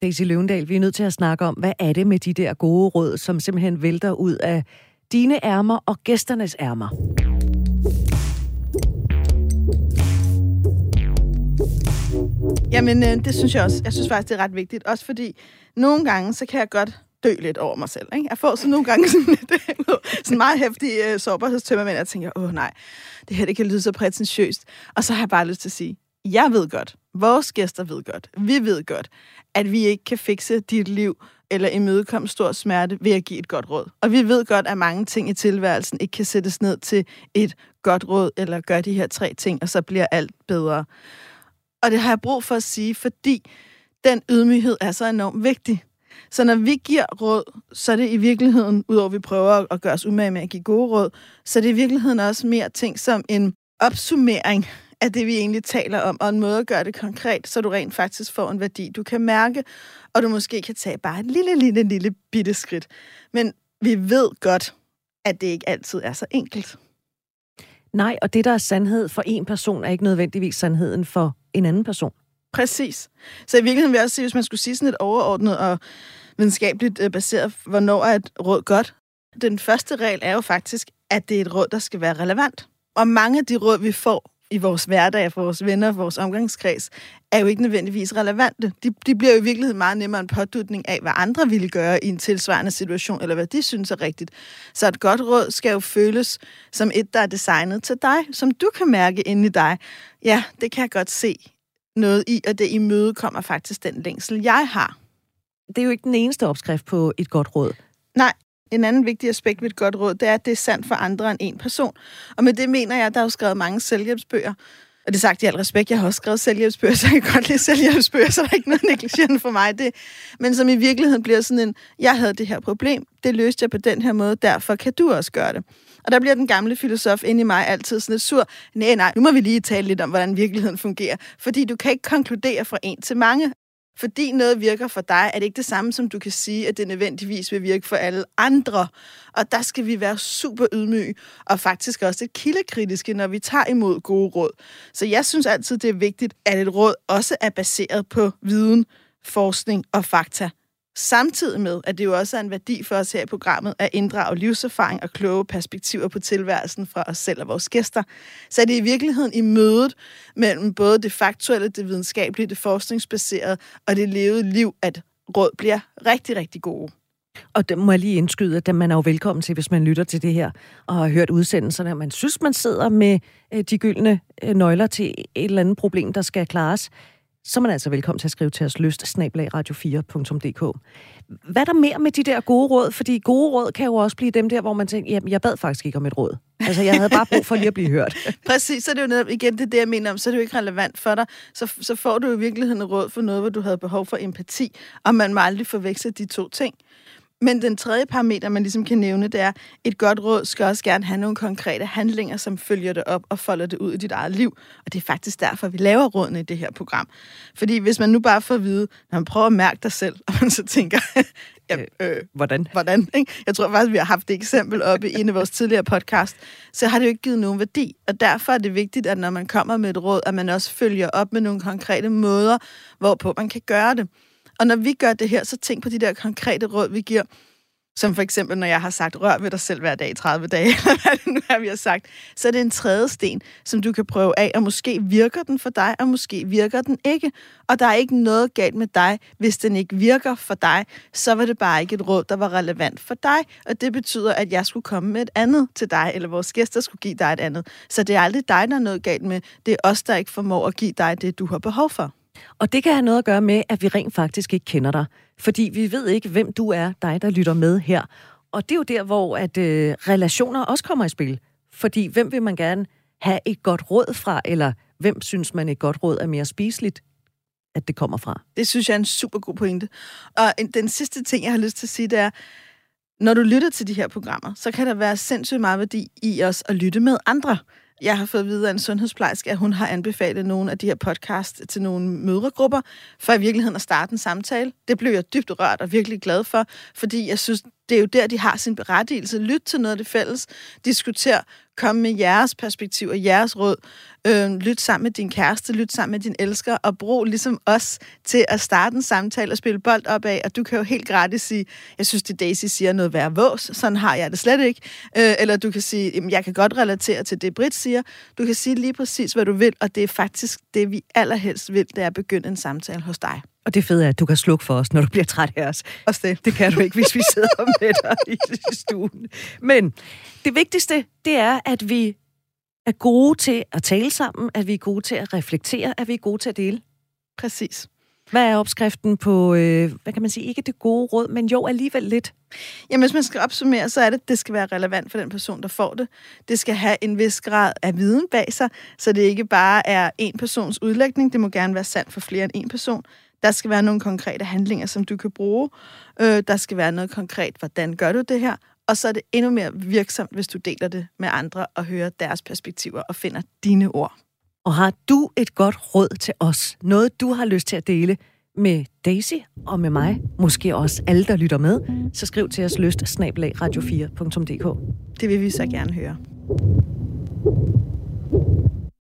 Daisy Løvendal, vi er nødt til at snakke om, hvad er det med de der gode råd, som simpelthen vælter ud af dine ærmer og gæsternes ærmer? Jamen, det synes jeg også. Jeg synes faktisk, det er ret vigtigt. Også fordi, nogle gange, så kan jeg godt dø lidt over mig selv. Ikke? Jeg får så nogle gange sådan meget hæftige sårbarhedstømmermænd, og jeg tænker, nej, det her det kan lyde så prætentiøst. Og så har jeg bare lyst til at sige, jeg ved godt, vores gæster ved godt, vi ved godt, at vi ikke kan fikse dit liv eller imødekomme stor smerte ved at give et godt råd. Og vi ved godt, at mange ting i tilværelsen ikke kan sættes ned til et godt råd, eller gøre de her 3 ting, og så bliver alt bedre. Og det har jeg brug for at sige, fordi den ydmyghed er så enormt vigtig. Så når vi giver råd, så er det i virkeligheden, udover at vi prøver at gøre os umage med at give gode råd, så er det i virkeligheden også mere ting som en opsummering af det, vi egentlig taler om, og en måde at gøre det konkret, så du rent faktisk får en værdi, du kan mærke, og du måske kan tage bare et lille bitte skridt. Men vi ved godt, at det ikke altid er så enkelt. Nej, og det, der er sandhed for en person, er ikke nødvendigvis sandheden for en anden person. Præcis. Så i virkeligheden vil jeg også sige, hvis man skulle sige sådan et overordnet og videnskabeligt baseret, hvornår er et råd godt? Den første regel er jo faktisk, at det er et råd, der skal være relevant. Og mange af de råd, vi får i vores hverdag, for vores venner, vores omgangskreds, er jo ikke nødvendigvis relevante. De bliver jo i virkeligheden meget nemmere en pådutning af, hvad andre ville gøre i en tilsvarende situation, eller hvad de synes er rigtigt. Så et godt råd skal jo føles som et, der er designet til dig, som du kan mærke inde i dig. Ja, det kan jeg godt se noget i, og det imødekommer faktisk den længsel, jeg har. Det er jo ikke den eneste opskrift på et godt råd. Nej. En anden vigtig aspekt ved et godt råd, det er, at det er sandt for andre end en person. Og med det mener jeg, at der er jo skrevet mange selvhjælpsbøger. Og det er sagt i al respekt, jeg har også skrevet selvhjælpsbøger, så jeg kan godt lide selvhjælpsbøger, så der er ikke noget negligerende for mig det. Men som i virkeligheden bliver sådan en, jeg havde det her problem, det løste jeg på den her måde, derfor kan du også gøre det. Og der bliver den gamle filosof inde i mig altid sådan lidt sur. Nej, nu må vi lige tale lidt om, hvordan virkeligheden fungerer. Fordi du kan ikke konkludere fra en til mange. Fordi noget virker for dig, er det ikke det samme, som du kan sige, at det nødvendigvis vil virke for alle andre. Og der skal vi være super ydmyge, og faktisk også lidt kildekritiske, når vi tager imod gode råd. Så jeg synes altid, det er vigtigt, at et råd også er baseret på viden, forskning og fakta. Samtidig med, at det jo også er en værdi for os her i programmet at inddrage livserfaring og kloge perspektiver på tilværelsen fra os selv og vores gæster. Så er det i virkeligheden i mødet mellem både det faktuelle, det videnskabelige, det forskningsbaserede og det levede liv, at råd bliver rigtig, rigtig gode. Og det må jeg lige indskyde, at man er jo velkommen til, hvis man lytter til det her og har hørt udsendelserne, og man synes, man sidder med de gyldne nøgler til et eller andet problem, der skal klares. Så er man altså velkommen til at skrive til os lyst@radio4.dk. Hvad er der mere med de der gode råd? Fordi gode råd kan jo også blive dem der, hvor man tænker, jamen, jeg bad faktisk ikke om et råd. Altså, jeg havde bare brug for lige at blive hørt. Præcis, så er det jo netop igen det, jeg mener om, så er det jo ikke relevant for dig. Så får du i virkeligheden råd for noget, hvor du havde behov for empati, og man må aldrig forveksle de 2 ting. Men den tredje parameter, man ligesom kan nævne, det er, et godt råd skal også gerne have nogle konkrete handlinger, som følger det op og folder det ud i dit eget liv. Og det er faktisk derfor, vi laver rådene i det her program. Fordi hvis man nu bare får at vide, når man prøver at mærke dig selv, og man så tænker, hvordan? Ikke? Jeg tror faktisk, vi har haft et eksempel oppe i en af vores tidligere podcast, så har det jo ikke givet nogen værdi. Og derfor er det vigtigt, at når man kommer med et råd, at man også følger op med nogle konkrete måder, hvorpå man kan gøre det. Og når vi gør det her, så tænk på de der konkrete råd, vi giver. Som for eksempel, når jeg har sagt, rør ved dig selv hver dag i 30 dage, eller hvad det nu er, vi har sagt. Så er det en tredje sten, som du kan prøve af, og måske virker den for dig, og måske virker den ikke. Og der er ikke noget galt med dig, hvis den ikke virker for dig, så var det bare ikke et råd, der var relevant for dig. Og det betyder, at jeg skulle komme med et andet til dig, eller vores gæster skulle give dig et andet. Så det er aldrig dig, der er noget galt med. Det er os, der ikke formår at give dig det, du har behov for. Og det kan have noget at gøre med, at vi rent faktisk ikke kender dig. Fordi vi ved ikke, hvem du er, dig der lytter med her. Og det er jo der, hvor at relationer også kommer i spil. Fordi hvem vil man gerne have et godt råd fra, eller hvem synes man et godt råd er mere spiseligt, at det kommer fra? Det synes jeg er en super god pointe. Og den sidste ting, jeg har lyst til at sige, det er, når du lytter til de her programmer, så kan der være sindssygt meget værdi i os at lytte med andre. Jeg har fået at vide af en sundhedsplejerske, at hun har anbefalet nogle af de her podcasts til nogle mødregrupper, for i virkeligheden at starte en samtale. Det blev jeg dybt rørt og virkelig glad for, fordi jeg synes, det er jo der, de har sin berettigelse. Lyt til noget af det fælles. Diskuter. Kom med jeres perspektiv og jeres råd. Lyt sammen med din kæreste. Lyt sammen med din elsker. Og brug ligesom os til at starte en samtale og spille bold op af. Og du kan jo helt gratis sige, jeg synes, det Daisy siger noget værd vås. Sådan har jeg det slet ikke. Eller du kan sige, jamen, jeg kan godt relatere til det, Britt siger. Du kan sige lige præcis, hvad du vil. Og det er faktisk det, vi allerhelst vil, det er at begynde en samtale hos dig. Og det fede er, at du kan slukke for os, når du bliver træt af os. Også det. Det kan du ikke, hvis vi sidder med dig i stuen. Men det vigtigste, det er, at vi er gode til at tale sammen, at vi er gode til at reflektere, at vi er gode til at dele. Præcis. Hvad er opskriften på, hvad kan man sige, ikke det gode råd, men jo alligevel lidt? Jamen, hvis man skal opsummere, så er det skal være relevant for den person, der får det. Det skal have en vis grad af viden bag sig, så det ikke bare er en persons udlægning. Det må gerne være sandt for flere end en person. Der skal være nogle konkrete handlinger, som du kan bruge. Der skal være noget konkret, hvordan gør du det her? Og så er det endnu mere virksomt, hvis du deler det med andre og hører deres perspektiver og finder dine ord. Og har du et godt råd til os? Noget, du har lyst til at dele med Daisy og med mig, måske også alle, der lytter med, så skriv til os lyst@radio4.dk. Det vil vi så gerne høre.